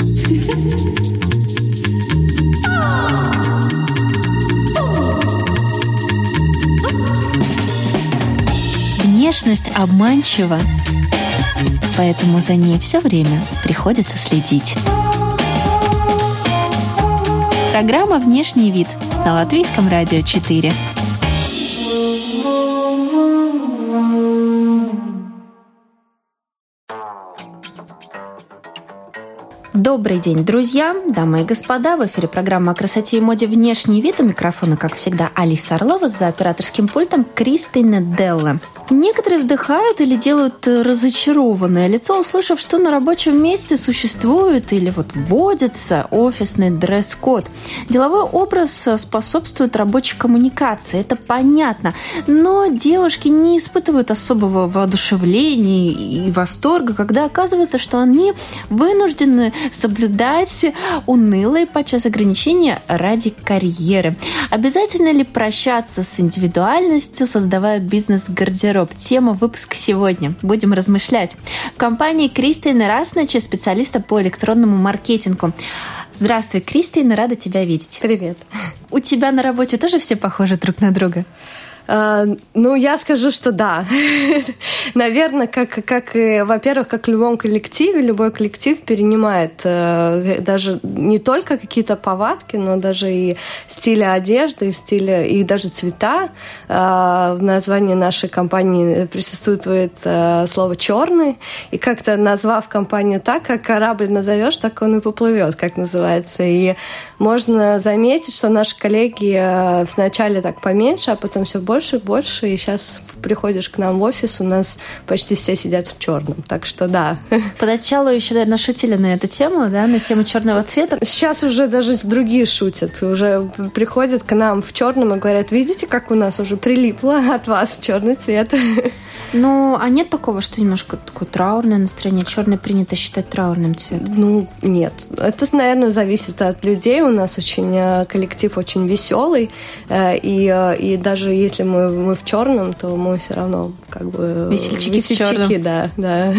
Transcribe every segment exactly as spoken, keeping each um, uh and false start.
Внешность обманчива, поэтому за ней все время приходится следить. Программа «Внешний вид» на Латвийском радио четыре. Добрый день, друзья, дамы и господа. В эфире программа о красоте и моде «Внешний вид». У микрофона, как всегда, Алиса Орлова, за операторским пультом Кристина Делла. Некоторые вздыхают или делают разочарованное лицо, услышав, что на рабочем месте существует или вот вводится офисный дресс-код. Деловой образ способствует рабочей коммуникации, это понятно. Но девушки не испытывают особого воодушевления и восторга, когда оказывается, что они вынуждены соблюдать унылые подчас ограничения ради карьеры. Обязательно ли прощаться с индивидуальностью, создавая бизнес-гардероб? Тема выпуска сегодня. Будем размышлять. В компании Кристина Раснача, специалиста по электронному маркетингу. Здравствуй, Кристина, рада тебя видеть. Привет. У тебя на работе тоже все похожи друг на друга? Uh, ну, я скажу, что да. Наверное, как, как и, во-первых, как в любом коллективе, любой коллектив перенимает uh, даже не только какие-то повадки, но даже и стили одежды, и, стили, и даже цвета. Uh, в названии нашей компании присутствует uh, слово «черный», и как-то назвав компанию так, как корабль назовешь, так он и поплывет, как называется. И можно заметить, что наши коллеги uh, вначале так поменьше, а потом все больше больше и больше, и сейчас приходишь к нам в офис, у нас почти все сидят в черном, так что да. Поначалу еще, наверное, шутили на эту тему, да, на тему черного цвета. Сейчас уже даже другие шутят, уже приходят к нам в черном и говорят: видите, как у нас уже прилипло от вас черный цвет. Ну, а нет такого, что немножко такое траурное настроение? Черный принято считать траурным цветом. Ну, нет. Это, наверное, зависит от людей. У нас очень коллектив очень веселый, и, и даже если мы, мы в черном, то мы все равно как бы весельчаки, весельчаки, да, да.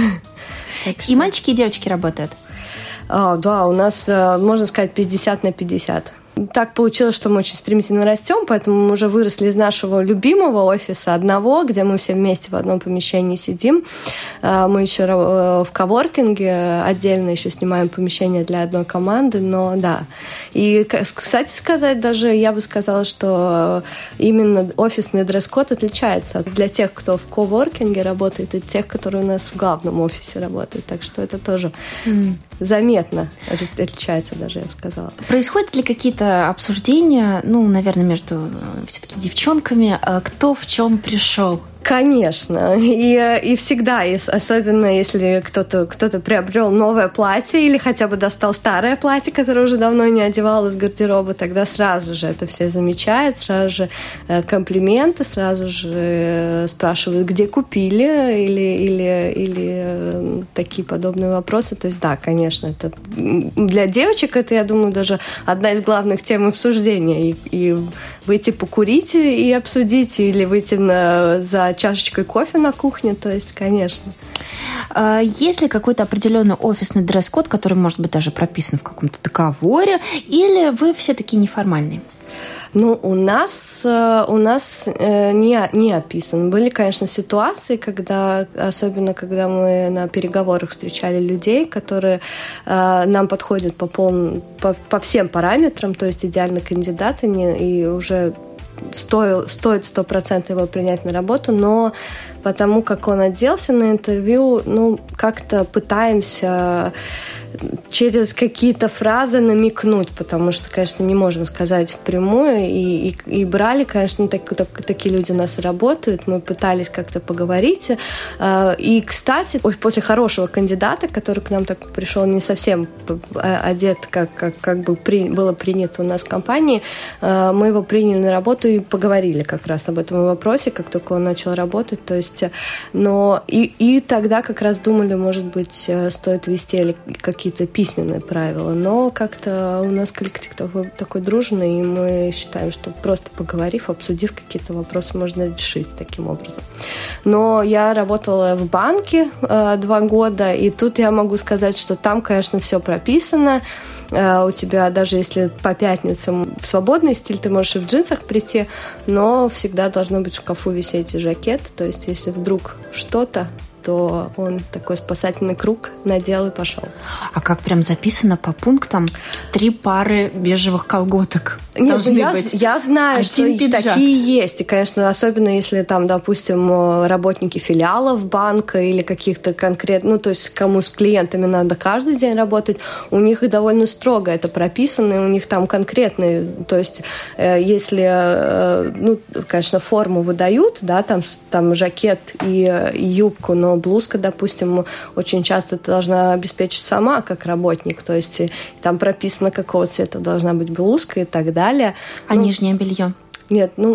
И мальчики, и девочки работают? А, да, у нас, можно сказать, пятьдесят на пятьдесят. Так получилось, что мы очень стремительно растем, поэтому мы уже выросли из нашего любимого офиса одного, где мы все вместе в одном помещении сидим. Мы еще в коворкинге отдельно еще снимаем помещение для одной команды, но да. И, кстати сказать, даже я бы сказала, что именно офисный дресс-код отличается для тех, кто в коворкинге работает, и тех, которые у нас в главном офисе работают. Так что это тоже mm. заметно отличается даже, я бы сказала. Происходят ли какие-то обсуждения, ну, наверное, между все-таки девчонками, кто в чем пришел? Конечно. И, и всегда, особенно если кто-то, кто-то приобрел новое платье или хотя бы достал старое платье, которое уже давно не одевал из гардероба, тогда сразу же это все замечают, сразу же комплименты, сразу же спрашивают, где купили, или, или, или такие подобные вопросы. То есть да, конечно, это для девочек это, я думаю, даже одна из главных тем обсуждения. И, и выйти покурить и обсудить, или выйти на, за чашечкой кофе на кухне, то есть, конечно. Есть ли какой-то определенный офисный дресс-код, который, может быть, даже прописан в каком-то договоре, или вы все такие неформальные? Ну, у нас, у нас не, не описан. Были, конечно, ситуации, когда, особенно когда мы на переговорах встречали людей, которые нам подходят по, полным, по, по всем параметрам, то есть идеальные кандидаты, и уже стоил, стоит сто процентов его принять на работу, но потому как он оделся на интервью, ну, как-то пытаемся через какие-то фразы намекнуть, потому что, конечно, не можем сказать впрямую, и, и, и брали, конечно, так, так, такие люди у нас работают, мы пытались как-то поговорить, и, кстати, после хорошего кандидата, который к нам так пришел не совсем одет, как, как, как бы при, было принято у нас в компании, мы его приняли на работу и поговорили как раз об этом вопросе, как только он начал работать, то есть есть, но и, и тогда как раз думали, может быть, стоит ввести какие-то письменные правила, но как-то у нас коллектив такой, такой дружный, и мы считаем, что просто поговорив, обсудив какие-то вопросы, можно решить таким образом. Но я работала в банке э, два года, и тут я могу сказать, что там, конечно, все прописано. Э, у тебя даже если по пятницам в свободный стиль, ты можешь и в джинсах прийти, но всегда должно быть в шкафу висеть жакет. То есть если вдруг что-то, то он такой спасательный круг надел и пошел. А как прям записано по пунктам? Три пары бежевых колготок Нет, должны я, быть. Я знаю, Один что пиджак. Такие есть. И, конечно, особенно если там, допустим, работники филиалов банка или каких-то конкретных, ну, то есть кому с клиентами надо каждый день работать, у них и довольно строго это прописано, и у них там конкретные, то есть если, ну, конечно, форму выдают, да, там, там жакет и, и юбку, но блузка, допустим, очень часто ты должна обеспечить сама как работник, то есть там прописано, какого цвета должна быть блузка и так далее. А ну, нижнее белье? Нет, ну...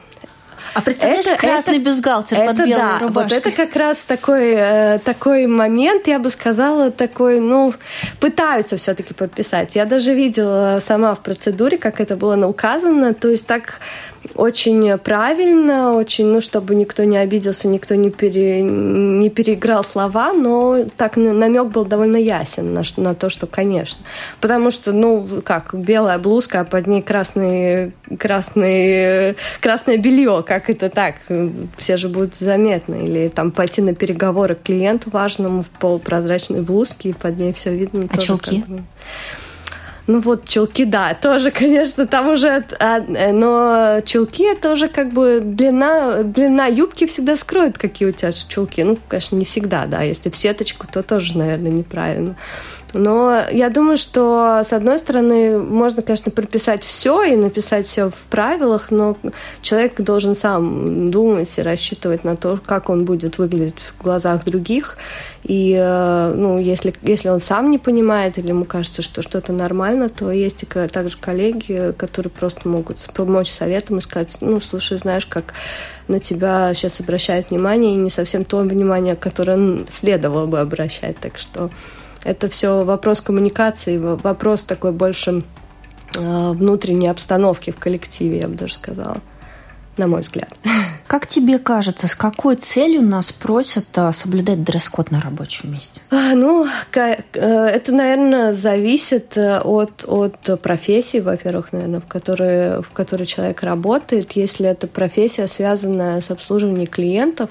А представляешь, это, красный это, бюстгальтер это, под белой да, рубашкой? Вот это как раз такой, э, такой момент, я бы сказала, такой, ну, пытаются все-таки подписать. Я даже видела сама в процедуре, как это было указано, то есть так очень правильно, очень, ну, чтобы никто не обиделся, никто не, пере, не переиграл слова, но так намек был довольно ясен на, на то, что, конечно. Потому что, ну, как, белая блузка, а под ней красный, красный, красное белье, как это так? Все же будут заметны. Или там пойти на переговоры к клиенту важному в полупрозрачной блузке, и под ней все видно. А чулки? Как... Ну вот, чулки, да, тоже, конечно, там уже... А, но чулки — это уже как бы длина, длина юбки всегда скроет, какие у тебя чулки. Ну, конечно, не всегда, да. Если в сеточку, то тоже, наверное, неправильно. Но я думаю, что, с одной стороны, можно, конечно, прописать все и написать все в правилах, но человек должен сам думать и рассчитывать на то, как он будет выглядеть в глазах других. И, ну, если, если он сам не понимает или ему кажется, что что-то нормально, то есть и также коллеги, которые просто могут помочь советом и сказать, ну, слушай, знаешь, как на тебя сейчас обращают внимание, и не совсем то внимание, которое следовало бы обращать. Так что это все вопрос коммуникации, вопрос такой больше внутренней обстановки в коллективе, я бы даже сказала, на мой взгляд. Как тебе кажется, с какой целью нас просят соблюдать дресс-код на рабочем месте? Ну, это, наверное, зависит от, от профессии, во-первых, наверное, в которой, в которой человек работает. Если это профессия, связанная с обслуживанием клиентов,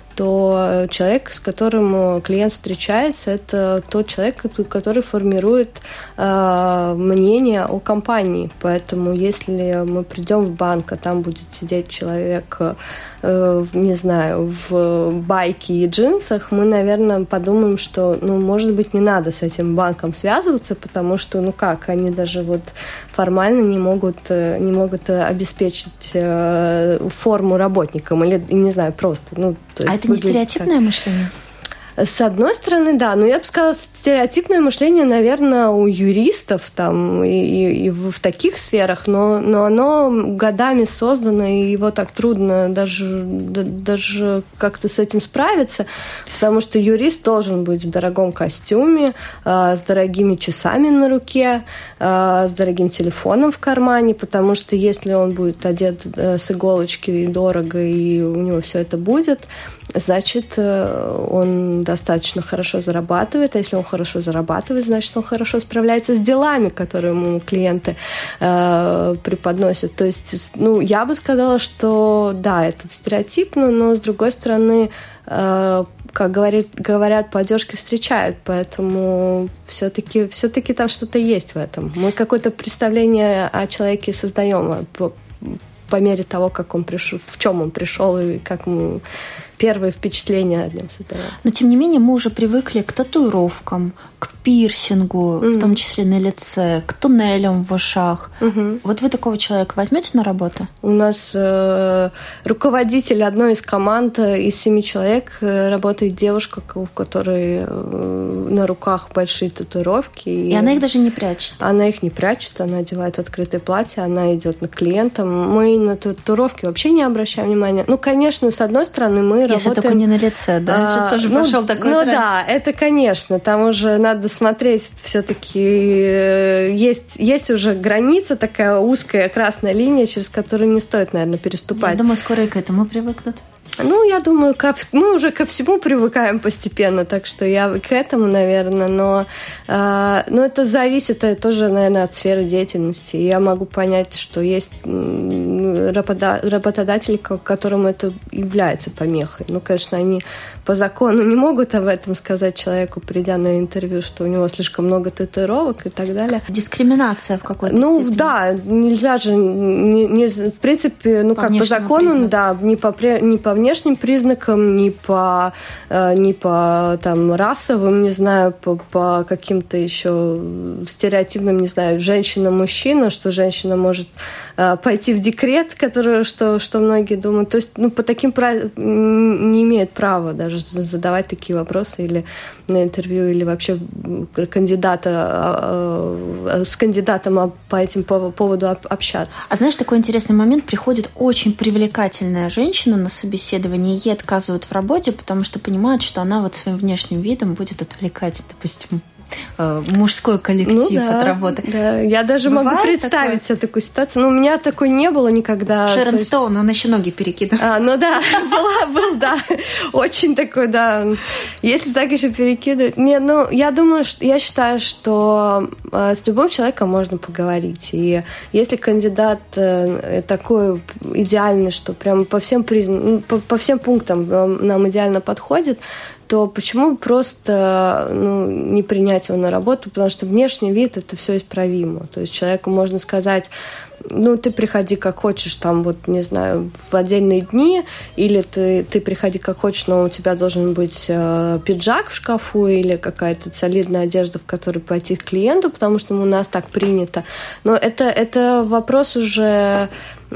то человек, с которым клиент встречается, это тот человек, который формирует э, мнение о компании. Поэтому если мы придем в банк, а там будет сидеть человек, э, не знаю, в байке и джинсах, мы, наверное, подумаем, что, ну, может быть, не надо с этим банком связываться, потому что, ну как, они даже вот формально не могут, не могут обеспечить э, форму работникам или, не знаю, просто, ну, то есть, а это не стереотипное так. мышление? С одной стороны, да, но я бы сказала, стереотипное мышление, наверное, у юристов там и, и, и в таких сферах, но, но оно годами создано, и его так трудно даже, даже как-то с этим справиться, потому что юрист должен быть в дорогом костюме, э, с дорогими часами на руке, э, с дорогим телефоном в кармане, потому что если он будет одет э, с иголочки и дорого, и у него все это будет, значит, э, он достаточно хорошо зарабатывает, а если он хорошо зарабатывает, значит, он хорошо справляется с делами, которые ему клиенты э, преподносят. То есть, ну, я бы сказала, что да, это стереотипно, но, с другой стороны, э, как говорит, говорят, по одежке встречают, поэтому все-таки, все-таки там что-то есть в этом. Мы какое-то представление о человеке создаем по, по мере того, как он пришел, в чем он пришел и как ему первые впечатления о нем создаем. Но, тем не менее, мы уже привыкли к татуировкам, к пирсингу, mm-hmm. в том числе на лице, к туннелям в ушах. Mm-hmm. Вот вы такого человека возьмете на работу? У нас э, руководитель одной из команд из семи человек э, работает девушка, у которой э, на руках большие татуировки. И, и она их даже не прячет? Она их не прячет, она одевает открытое платье, она идет к клиентам. Мы на татуировки вообще не обращаем внимания. Ну, конечно, с одной стороны, мы мы Если работаем... только не на лице, да? Сейчас а, тоже ну, пошел такой Ну тренд. Да, это, конечно. Там уже надо смотреть, все-таки есть, есть уже граница, такая узкая красная линия, через которую не стоит, наверное, переступать. Я думаю, скоро и к этому привыкнут. Ну, я думаю, ко, мы уже ко всему привыкаем постепенно, так что я к этому, наверное, но, э, но это зависит тоже, наверное, от сферы деятельности. Я могу понять, что есть работодатели, которым это является помехой. Ну, конечно, они по закону не могут об этом сказать человеку, придя на интервью, что у него слишком много татуировок и так далее. Дискриминация в какой-то ну, степени. Ну, да, нельзя же, не, не, в принципе, ну, по как по закону, признаку. Да, не по, не по внешним признакам, ни по, э, ни по там, расовым, не знаю, по, по каким-то еще стереотипным, не знаю, женщина-мужчина, что женщина может э, пойти в декрет, который, что, что многие думают. То есть, ну, по таким правилам не имеют права даже задавать такие вопросы или на интервью, или вообще кандидата, э, с кандидатом по этим поводу общаться. А знаешь, такой интересный момент. Приходит очень привлекательная женщина на собеседование, ей отказывают в работе, потому что понимают, что она вот своим внешним видом будет отвлекать, допустим, мужской коллектив ну, да, от работы. Да. Я даже Бывает могу представить такое? себе такую ситуацию. Но у меня такой не было никогда. Шерон есть... Стоун, он еще ноги перекидывал. А, ну да, была, был, да. Очень такой, да. Если так еще перекидывать. Не, ну, я думаю, что я считаю, что с любым человеком можно поговорить. И если кандидат такой идеальный, что прям по всем признакам, по, по всем пунктам нам идеально подходит, то почему просто ну, не принять его на работу? Потому что внешний вид – это все исправимо. То есть человеку можно сказать, ну, ты приходи как хочешь, там, вот, не знаю, в отдельные дни, или ты, ты приходи как хочешь, но у тебя должен быть э, пиджак в шкафу или какая-то солидная одежда, в которой пойти к клиенту, потому что у нас так принято. Но это, это вопрос уже...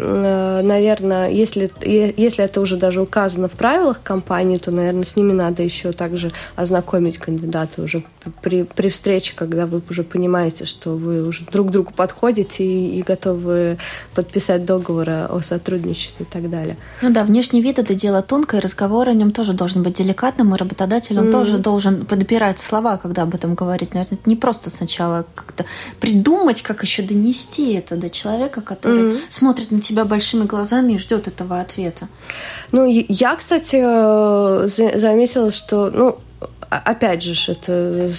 Наверное, если, если это уже даже указано в правилах компании, то, наверное, с ними надо еще также ознакомить кандидата уже при, при встрече, когда вы уже понимаете, что вы уже друг к другу подходите и, и готовы подписать договор о сотрудничестве и так далее. Ну да, внешний вид – это дело тонкое, разговор о нем тоже должен быть деликатным, и работодатель, он mm-hmm. тоже должен подбирать слова, когда об этом говорить. Наверное, это не просто сначала как-то придумать, как еще донести это до человека, который mm-hmm. смотрит на тебя большими глазами и ждет этого ответа. Ну, я, кстати, заметила, что, ну, опять же, это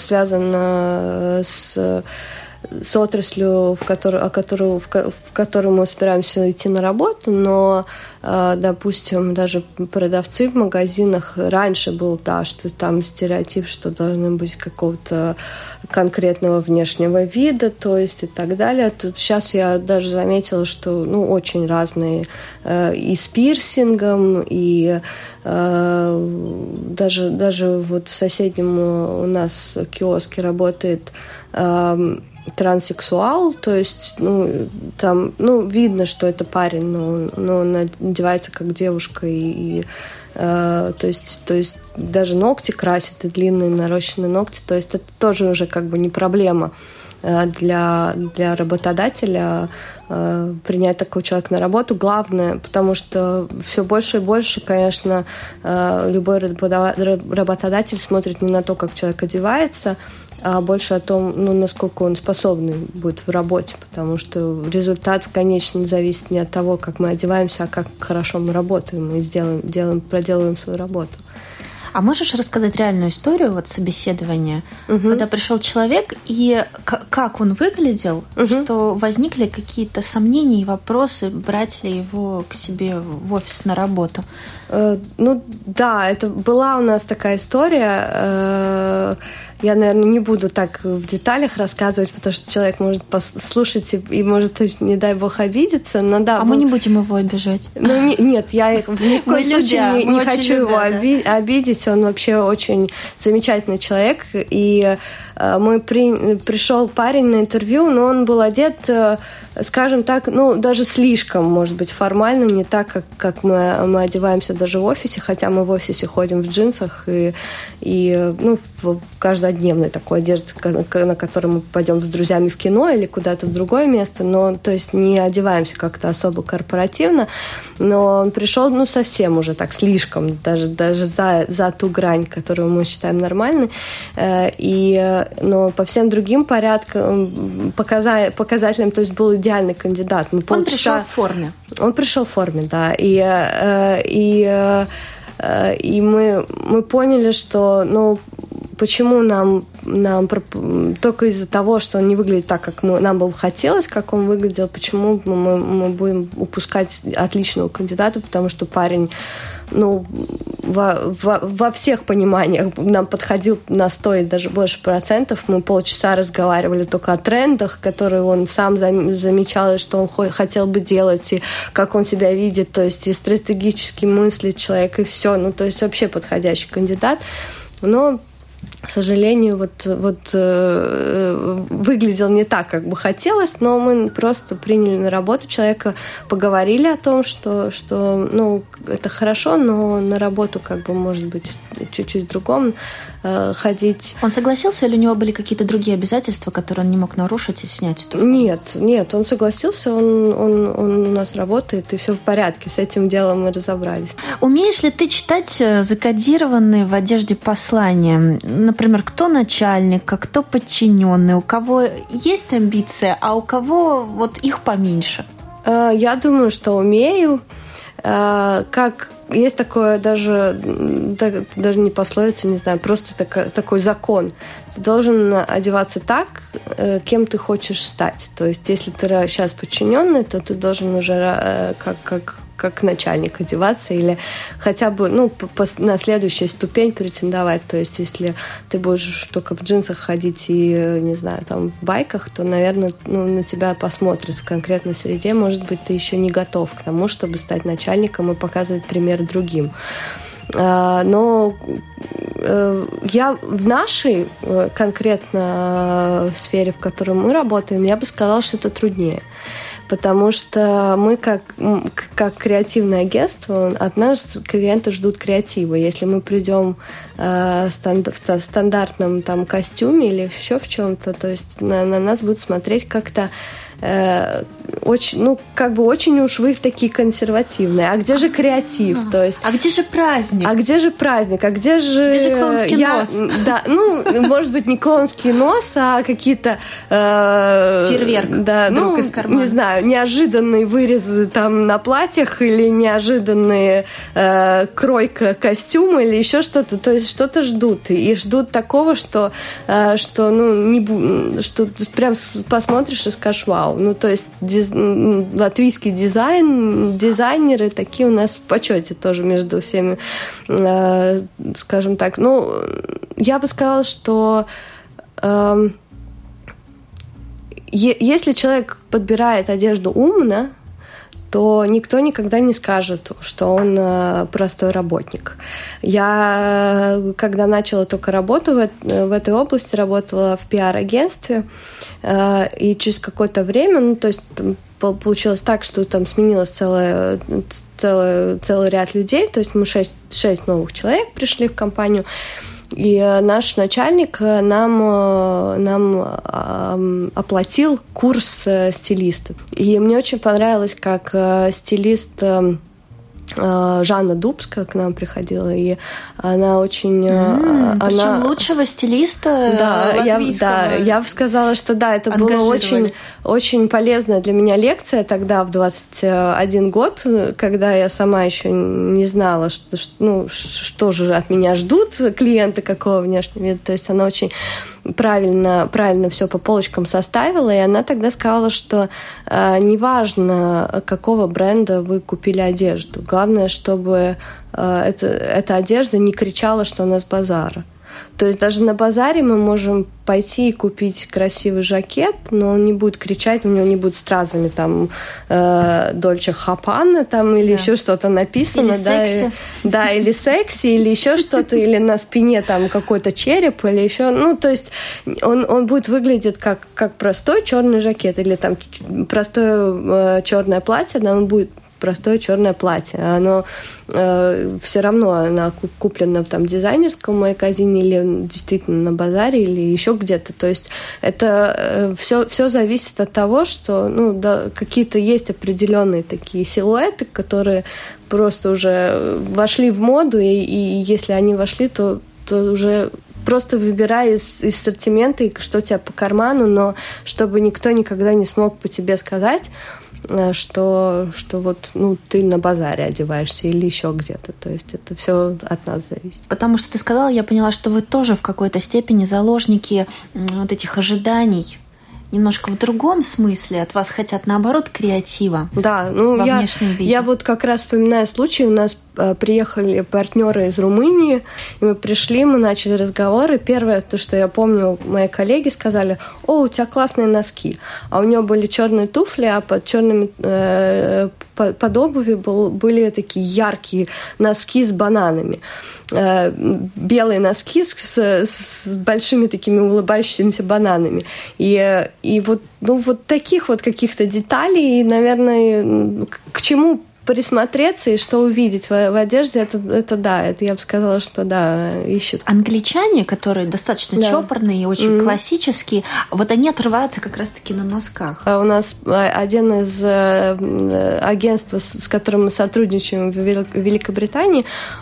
связано с, с отраслью, в которую, которую, в которую мы собираемся идти на работу, но, допустим, даже продавцы в магазинах раньше был, да, что там стереотип, что должны быть какого-то конкретного внешнего вида, то есть и так далее. Тут сейчас я даже заметила, что ну, очень разные э, и с пирсингом, и э, даже, даже вот в соседнем у нас киоске работает э, транссексуал, то есть ну, там ну, видно, что это парень, но, но он одевается как девушка, и, и Uh, то есть, то есть даже ногти красят, и длинные нарощенные ногти, то есть это тоже уже как бы не проблема uh, для, для работодателя uh, принять такого человека на работу. Главное, потому что все больше и больше, конечно, uh, любой работодатель смотрит не на то, как человек одевается, а больше о том, ну, насколько он способный будет в работе, потому что результат в конечном зависит не от того, как мы одеваемся, а как хорошо мы работаем и сделаем, делаем, проделываем свою работу. А можешь рассказать реальную историю вот собеседования, угу. когда пришел человек, и к- как он выглядел, угу. что возникли какие-то сомнения и вопросы, брать ли его к себе в офис на работу? Э, ну да, это была у нас такая история. Э, я, наверное, не буду так в деталях рассказывать, потому что человек может послушать и, и может, не дай бог, обидеться. Но, да, а был... мы не будем его обижать. Ну, не, нет, я ни в коем случае не, не хочу любя, его да. оби- обидеть. Он вообще очень замечательный человек. И мы при, пришел парень на интервью, но он был одет, скажем так, ну, даже слишком, может быть, формально, не так, как, как мы, мы одеваемся даже в офисе, хотя мы в офисе ходим в джинсах и, и ну, в каждодневной такой одежде, на которой мы пойдем с друзьями в кино или куда-то в другое место, но, то есть, не одеваемся как-то особо корпоративно, но он пришел, ну, совсем уже так, слишком, даже, даже за, за ту грань, которую мы считаем нормальной, и, но по всем другим порядкам, показа, показателям, то есть, был идеальный кандидат. Мы он полчаса... пришел в форме. Он пришел в форме, да. И, и, и мы, мы поняли, что, ну, почему нам, нам только из-за того, что он не выглядит так, как мы, нам бы хотелось, как он выглядел, почему мы, мы будем упускать отличного кандидата, потому что парень, ну, во, во, во всех пониманиях нам подходил на сто и даже больше процентов. Мы полчаса разговаривали только о трендах, которые он сам замечал, и что он хотел бы делать, и как он себя видит, то есть и стратегически мыслит человек, и все. Ну, то есть вообще подходящий кандидат. Но, к сожалению, вот, вот э, выглядел не так, как бы хотелось, но мы просто приняли на работу человека, поговорили о том, что, что ну, это хорошо, но на работу, как бы, может быть, чуть-чуть в другом э, ходить. Он согласился или у него были какие-то другие обязательства, которые он не мог нарушить и снять эту форму? Нет, нет, он согласился, он, он, он у нас работает, и все в порядке, с этим делом мы разобрались. Умеешь ли ты читать закодированные в одежде послания? Например, кто начальник, а кто подчиненный, у кого есть амбиции, а у кого вот их поменьше? Я думаю, что умею. Как есть такое даже, даже не пословица, не знаю, просто такой, такой закон. Ты должен одеваться так, кем ты хочешь стать. То есть, если ты сейчас подчиненный, то ты должен уже как, как, как начальник одеваться или хотя бы ну, по, на следующую ступень претендовать. То есть, если ты будешь только в джинсах ходить и, не знаю, там в байках, то, наверное, ну, на тебя посмотрят в конкретной среде. Может быть, ты еще не готов к тому, чтобы стать начальником и показывать пример другим. Но я в нашей конкретно сфере, в которой мы работаем, я бы сказала, что это труднее. Потому что мы, как, как креативное агентство, от нас клиенты ждут креатива. Если мы придем э, в стандартном там, костюме или еще в чем-то, то есть на, на нас будут смотреть как-то э, очень, ну, как бы очень уж вы такие консервативные. А где же креатив? А, то есть, а где же праздник? А где же праздник? А где же... Где же клоунский я, нос? Да, ну, может быть, не клоунский нос, а какие-то... Э, Фейерверк да, вдруг ну, из кармана. Не знаю, неожиданные вырезы там на платьях или неожиданные э, кройка костюма или еще что-то. То есть что-то ждут. И ждут такого, что, э, что ну, не, что прям посмотришь и скажешь «Вау». Ну, то есть диз, латвийский дизайн, дизайнеры такие у нас в почете тоже между всеми, э, скажем так. Ну, я бы сказала, что... Э, Если человек подбирает одежду умно, то никто никогда не скажет, что он простой работник. Я, когда начала только работу в, в этой области, работала в пиар-агентстве, и через какое-то время, ну, то есть получилось так, что там сменилось целое, целое, целый ряд людей, то есть мы шесть, шесть новых человек пришли в компанию, и наш начальник нам, нам оплатил курс стилиста. И мне очень понравилось, как стилист Жанна Дубская к нам приходила, и она очень... Mm, она... Причем лучшего стилиста да, латвийского. Я, да, я бы сказала, что да, это была очень, очень полезная для меня лекция тогда, в двадцать один год, когда я сама еще не знала, что, ну, что же от меня ждут клиенты, какого внешнего вида. То есть она очень правильно, правильно все по полочкам составила, и она тогда сказала, что э, неважно, какого бренда вы купили одежду, главное, чтобы э, это, эта одежда не кричала, что она с базара. То есть даже на базаре мы можем пойти и купить красивый жакет, но он не будет кричать, у него не будет стразами там э, Дольче Хапанна там или да. еще что-то написано. Или да, секси. И, да, или секси, или еще что-то, или на спине там какой-то череп, или еще. Ну, то есть он, он будет выглядеть как, как простой черный жакет, или там простое э, черное платье, да, он будет простое черное платье. Оно э, все равно оно куплено в там, дизайнерском магазине или действительно на базаре или еще где-то. То есть это э, все, все зависит от того, что ну, да, какие-то есть определенные такие силуэты, которые просто уже вошли в моду, и, и если они вошли, то, то уже просто выбирай из, из ассортимента, что у тебя по карману, но чтобы никто никогда не смог по тебе сказать, что, что вот ну, ты на базаре одеваешься или еще где-то. То есть это все от нас зависит. Потому что ты сказала, я поняла, что вы тоже в какой-то степени заложники вот этих ожиданий. Немножко в другом смысле. От вас хотят, наоборот, креатива. Да, ну во я, внешнем виде. Я вот как раз вспоминаю случай. У нас э, приехали партнеры из Румынии, и мы пришли, мы начали разговоры. Первое, то, что я помню, мои коллеги сказали: «О, у тебя классные носки». А у нее были черные туфли, а под черными э, под обувью был, были такие яркие носки с бананами. Э, белые носки с, с, с большими такими улыбающимися бананами. И И вот, ну, вот таких вот каких-то деталей, наверное, к чему присмотреться и что увидеть в, в одежде, это, это да, это я бы сказала, что да, ищут. Англичане, которые достаточно да. чопорные и очень mm-hmm. классические, вот они отрываются как раз-таки на носках. У нас один из агентств, с которым мы сотрудничаем в Великобритании,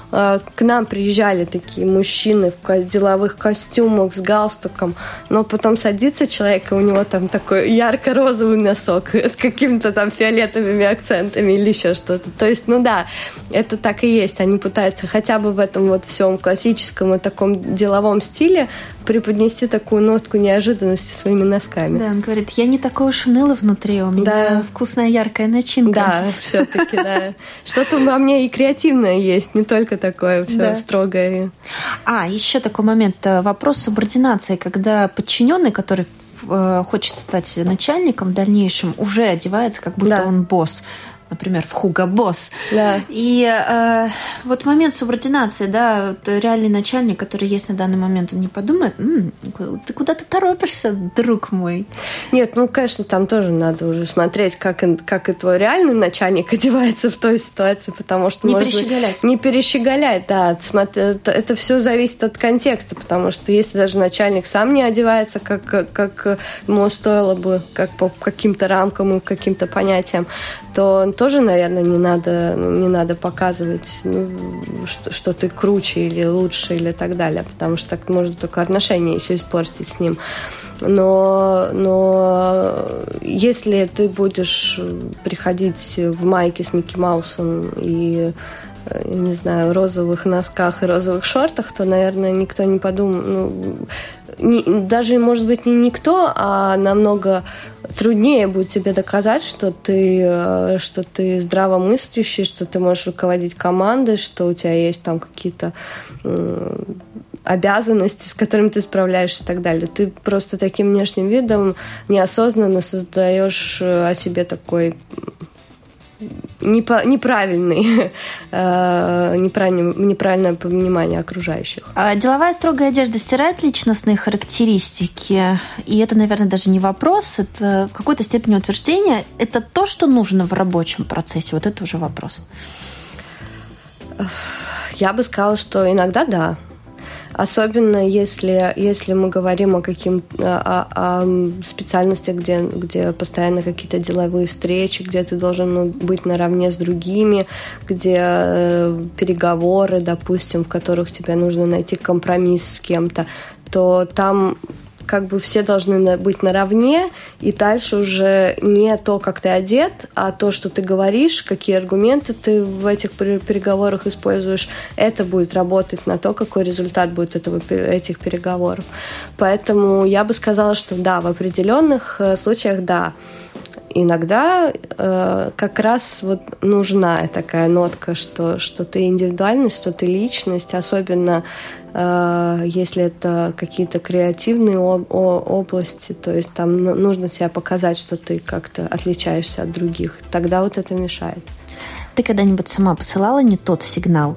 к нам приезжали такие мужчины в деловых костюмах с галстуком, но потом садится человек, и у него там такой ярко-розовый носок с какими-то там фиолетовыми акцентами или еще что-то. То есть, ну да, это так и есть. Они пытаются хотя бы в этом вот всем классическом и таком деловом стиле преподнести такую нотку неожиданности своими носками. Да, он говорит, я не такой уж унылый внутри, у меня да. вкусная яркая начинка. Да, все-таки, да. Что-то во мне и креативное есть, не только такое все да. строгое. А, еще такой момент. Вопрос субординации, когда подчиненный, который хочет стать начальником в дальнейшем, уже одевается, как будто да. он босс. Например, в Hugo Boss. Да. И э, вот момент субординации, да, вот реальный начальник, который есть на данный момент, он не подумает, м-м, ты куда ты торопишься, друг мой? Нет, ну, конечно, там тоже надо уже смотреть, как, как и твой реальный начальник одевается в той ситуации, потому что... Не может перещеголять. Быть, не перещеголять, да. Это, это все зависит от контекста, потому что если даже начальник сам не одевается, как, как ему стоило бы, как по каким-то рамкам и каким-то понятиям, то тоже, наверное, не надо, не надо показывать, ну, что, что ты круче или лучше или так далее, потому что так можно только отношения еще испортить с ним. Но, но если ты будешь приходить в майке с Микки Маусом и, не знаю, розовых носках и розовых шортах, то, наверное, никто не подумает. Ну, не, даже, может быть, не никто, а намного труднее будет тебе доказать, что ты, что ты здравомыслящий, что ты можешь руководить командой, что у тебя есть там какие-то обязанности, с которыми ты справляешься и так далее. Ты просто таким внешним видом неосознанно создаешь о себе такой неправильный, неправильное, неправильное понимание окружающих. А деловая строгая одежда стирает личностные характеристики, и это, наверное, даже не вопрос, это в какой-то степени утверждение. Это то, что нужно в рабочем процессе? Вот это уже вопрос. Я бы сказала, что иногда да. Особенно если, если мы говорим о, каким, о, о специальностях, где, где постоянно какие-то деловые встречи, где ты должен ну, быть наравне с другими, где э, переговоры, допустим, в которых тебе нужно найти компромисс с кем-то, то там как бы все должны быть наравне, и дальше уже не то, как ты одет, а то, что ты говоришь, какие аргументы ты в этих переговорах используешь, это будет работать на то, какой результат будет этого, этих переговоров. Поэтому я бы сказала, что да, в определенных случаях да. иногда э, как раз вот нужна такая нотка, что, что ты индивидуальность, что ты личность, особенно э, если это какие-то креативные об- области, то есть там нужно себя показать, что ты как-то отличаешься от других. Тогда вот это мешает. Ты когда-нибудь сама посылала не тот сигнал,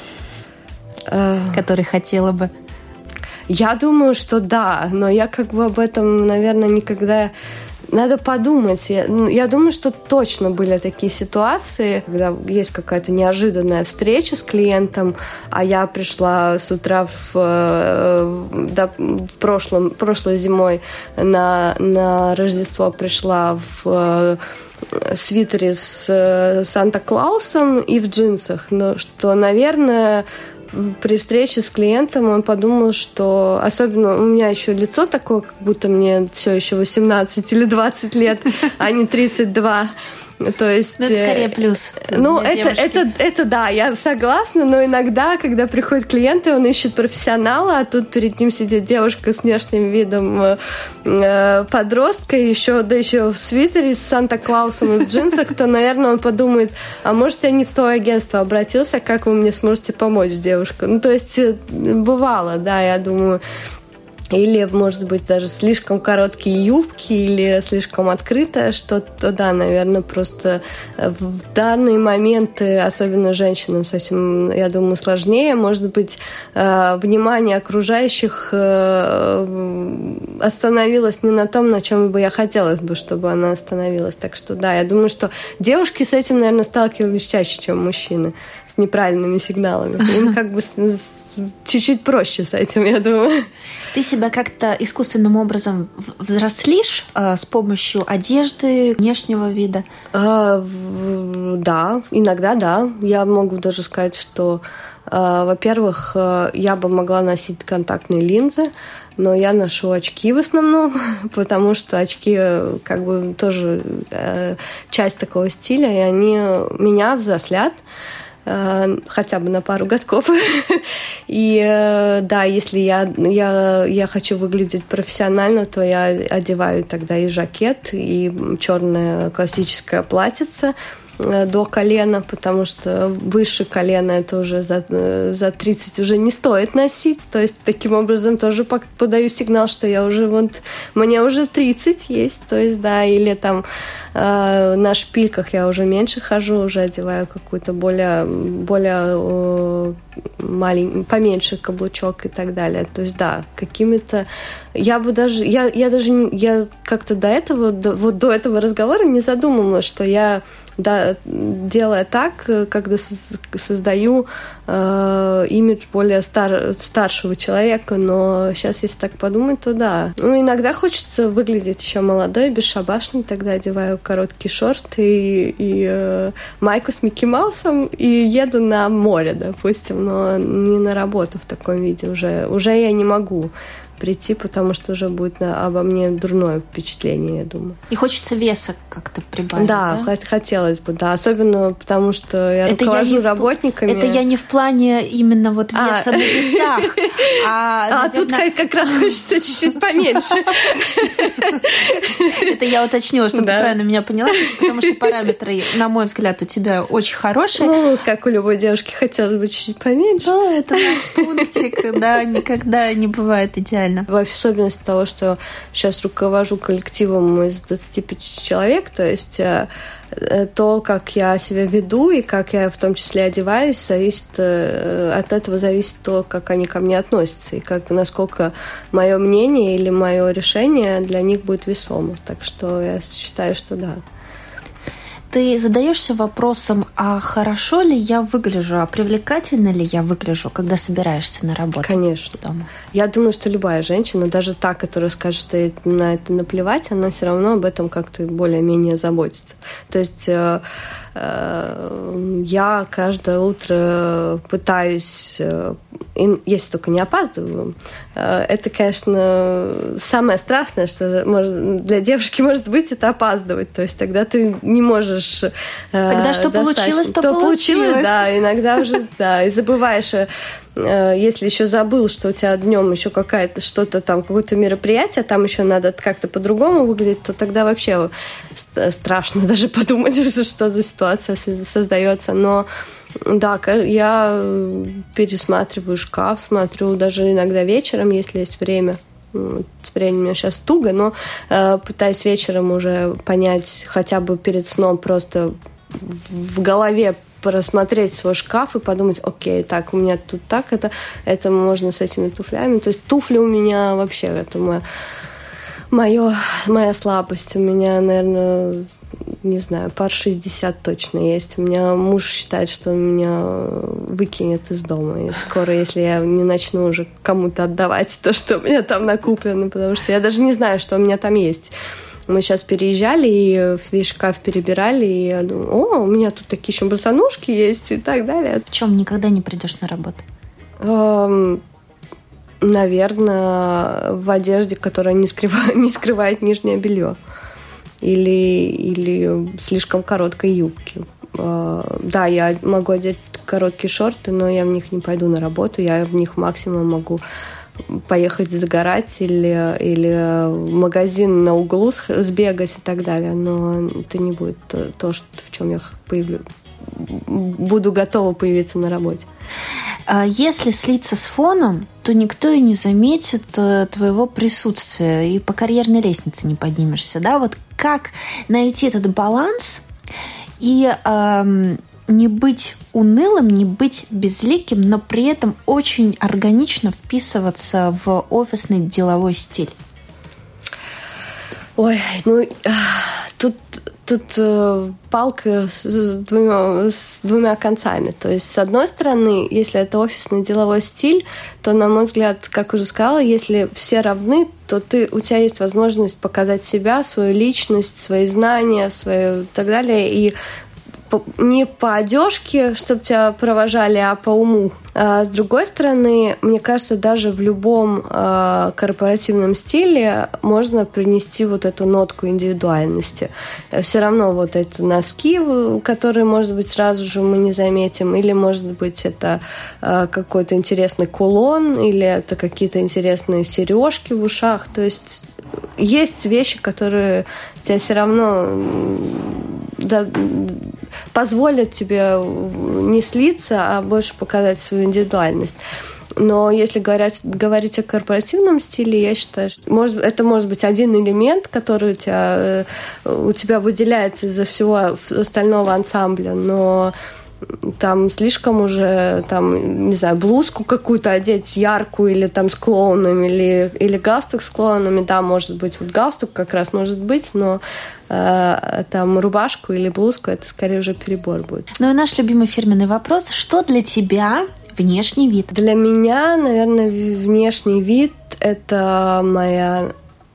э... который хотела бы? Я думаю, что да, но я как бы об этом, наверное, никогда... Надо подумать. Я, я думаю, что точно были такие ситуации, когда есть какая-то неожиданная встреча с клиентом, а я пришла с утра в, да, в прошлом, прошлой зимой на, на Рождество пришла в свитере с Санта-Клаусом и в джинсах. Но что, наверное... При встрече с клиентом он подумал, что... Особенно у меня еще лицо такое, как будто мне все еще восемнадцать или двадцать лет, а не тридцать два. То есть... Ну, это скорее плюс. Ну, это, это, это да, я согласна, но иногда, когда приходят клиенты, он ищет профессионала, а тут перед ним сидит девушка с внешним видом э, подростка, еще, да еще в свитере с Санта-Клаусом и в джинсах, то, наверное, он подумает, а может, я не в то агентство обратился, как вы мне сможете помочь, девушка? Ну, то есть, бывало, да, я думаю... Или, может быть, даже слишком короткие юбки или слишком открытое что-то. Да, наверное, просто в данные моменты, особенно женщинам с этим, я думаю, сложнее. Может быть, внимание окружающих остановилось не на том, на чем бы я хотела бы, чтобы она остановилась. Так что, да, я думаю, что девушки с этим, наверное, сталкивались чаще, чем мужчины, с неправильными сигналами. Им как бы чуть-чуть проще с этим, я думаю. Ты себя как-то искусственным образом взрослишь э, с помощью одежды, внешнего вида? А, в, да, иногда да. Я могу даже сказать, что, э, во-первых, э, я бы могла носить контактные линзы, но я ношу очки в основном, потому что очки как бы тоже э, часть такого стиля, и они меня взрослят. Хотя бы на пару годков. И да, если я, я, я хочу выглядеть профессионально, то я одеваю тогда и жакет, и черное классическое платьице до колена, потому что выше колена это уже за, за тридцать уже не стоит носить. То есть таким образом тоже подаю сигнал, что я уже вот, мне уже тридцать есть. То есть, да, или там э, на шпильках я уже меньше хожу, уже одеваю какую-то более, более э, маленький, поменьше каблучок и так далее. То есть, да, какими-то... Я бы даже... Я, я даже не, я как-то до этого, до, вот до этого разговора не задумывалась, что я, да, делая так, когда создаю э, имидж более стар, старшего человека, но сейчас, если так подумать, то да. Ну, иногда хочется выглядеть еще молодой, бесшабашной, тогда одеваю короткие шорты и, и э, майку с Микки Маусом и еду на море, допустим, но не на работу в таком виде. Уже, уже я не могу прийти, потому что уже будет на, обо мне дурное впечатление, я думаю. И хочется веса как-то прибавить, да? Да, хотелось бы, да. Особенно потому, что я это руковожу я работниками. В... Это я не в плане именно вот веса а. на весах. А, а наверное... тут как раз хочется чуть-чуть поменьше. Это я уточнила, чтобы ты правильно меня поняла, потому что параметры, на мой взгляд, у тебя очень хорошие. Ну, как у любой девушки, хотелось бы чуть-чуть поменьше. Ну, это наш пунктик, да, никогда не бывает идеально. В особенности того, что сейчас руковожу коллективом из двадцати пяти человек, то есть то, как я себя веду и как я в том числе одеваюсь, зависит, от этого зависит то, как они ко мне относятся и как, насколько мое мнение или мое решение для них будет весомо. Так что я считаю, что да. Ты задаешься вопросом, а хорошо ли я выгляжу, а привлекательно ли я выгляжу, когда собираешься на работу? Конечно. Дома? Я думаю, что любая женщина, даже та, которая скажет, что ей на это наплевать, она все равно об этом как-то более-менее заботится. То есть э, э, я каждое утро пытаюсь, э, если только не опаздываю, э, это, конечно, самое страшное, что может, для девушки может быть, это опаздывать. То есть тогда ты не можешь Тогда что достаточно. получилось, то, то получилось. получилось. Да, иногда уже, да, и забываешь если еще забыл, что у тебя днем еще какая-то что-то там, какое-то мероприятие, там еще надо как-то по-другому выглядеть, то тогда вообще страшно даже подумать, что за ситуация создается. Но да, я пересматриваю шкаф, смотрю даже иногда вечером, если есть время. Время у меня сейчас туго, но э, пытаюсь вечером уже понять, хотя бы перед сном просто в голове просмотреть свой шкаф и подумать, окей, так, у меня тут так, это, это можно с этими туфлями. То есть туфли у меня вообще, это моя, моя, моя слабость. У меня, наверное, не знаю, пар шестьдесят точно есть. У меня муж считает, что он меня выкинет из дома. И скоро, если я не начну уже кому-то отдавать то, что у меня там накуплено, потому что я даже не знаю, что у меня там есть. Мы сейчас переезжали и весь шкаф перебирали, и я думаю, о, у меня тут такие еще босоножки есть и так далее. В чем никогда не придешь на работу? Эм, наверное, в одежде, которая не скрывает, не скрывает нижнее белье. Или, или слишком короткой юбки. Э, да, я могу одеть короткие шорты, но я в них не пойду на работу. Я в них максимум могу поехать загорать или, или в магазин на углу сбегать и так далее. Но это не будет то, то в чем я появлю, буду готова появиться на работе. Если слиться с фоном, то никто и не заметит твоего присутствия, и по карьерной лестнице не поднимешься. Да? Вот как найти этот баланс и эм, не быть унылым, не быть безликим, но при этом очень органично вписываться в офисный деловой стиль? Ой, ну тут, тут э, палка с двумя, с двумя концами. То есть, с одной стороны, если это офисный деловой стиль, то, на мой взгляд, как уже сказала, если все равны, то ты, у тебя есть возможность показать себя, свою личность, свои знания, свои и так далее, и не по одежке, чтобы тебя провожали, а по уму. А с другой стороны, мне кажется, даже в любом э, корпоративном стиле можно принести вот эту нотку индивидуальности. Все равно вот эти носки, которые, может быть, сразу же мы не заметим, или, может быть, это э, какой-то интересный кулон, или это какие-то интересные сережки в ушах. То есть есть вещи, которые тебя все равно да, позволят тебе не слиться, а больше показать свою индивидуальность. Но если говорить, говорить о корпоративном стиле, я считаю, что может, это может быть один элемент, который у тебя, у тебя выделяется из-за всего остального ансамбля, но там слишком уже, там, не знаю, блузку какую-то одеть яркую или там с клоунами, или, или галстук с клоунами, да, может быть, вот галстук как раз может быть, но э, там рубашку или блузку, это скорее уже перебор будет. Ну и наш любимый фирменный вопрос, что для тебя внешний вид? Для меня, наверное, внешний вид – это моя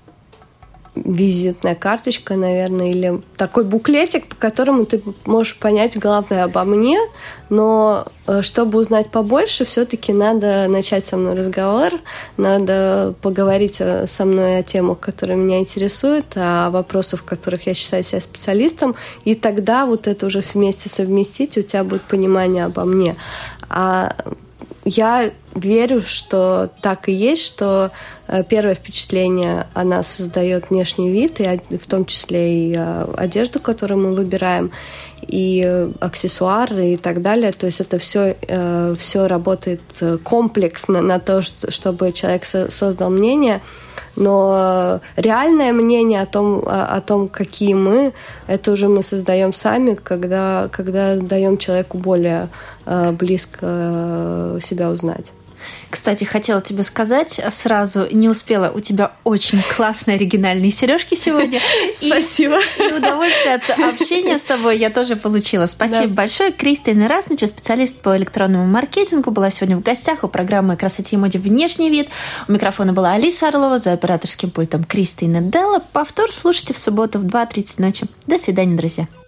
визитная карточка, наверное, или такой буклетик, по которому ты можешь понять главное обо мне, но чтобы узнать побольше, все-таки надо начать со мной разговор, надо поговорить со мной о темах, которые меня интересуют, о вопросах, в которых я считаю себя специалистом, и тогда вот это уже вместе совместить, у тебя будет понимание обо мне. А я верю, что так и есть, что первое впечатление о нас создает внешний вид, и в том числе и одежду, которую мы выбираем, и аксессуары и так далее. То есть это все, все работает комплексно на то, чтобы человек создал мнение. Но реальное мнение о том, о том, какие мы, это уже мы создаем сами, когда, когда даем человеку более близко себя узнать. Кстати, хотела тебе сказать сразу, не успела, у тебя очень классные оригинальные сережки сегодня. Спасибо. И, и удовольствие от общения с тобой я тоже получила. Спасибо да. большое. Кристина Расничева, специалист по электронному маркетингу, была сегодня в гостях у программы «Красоте и моде. Внешний вид». У микрофона была Алиса Орлова, за операторским пультом Кристина Делла. Повтор слушайте в субботу в два тридцать ночи. До свидания, друзья.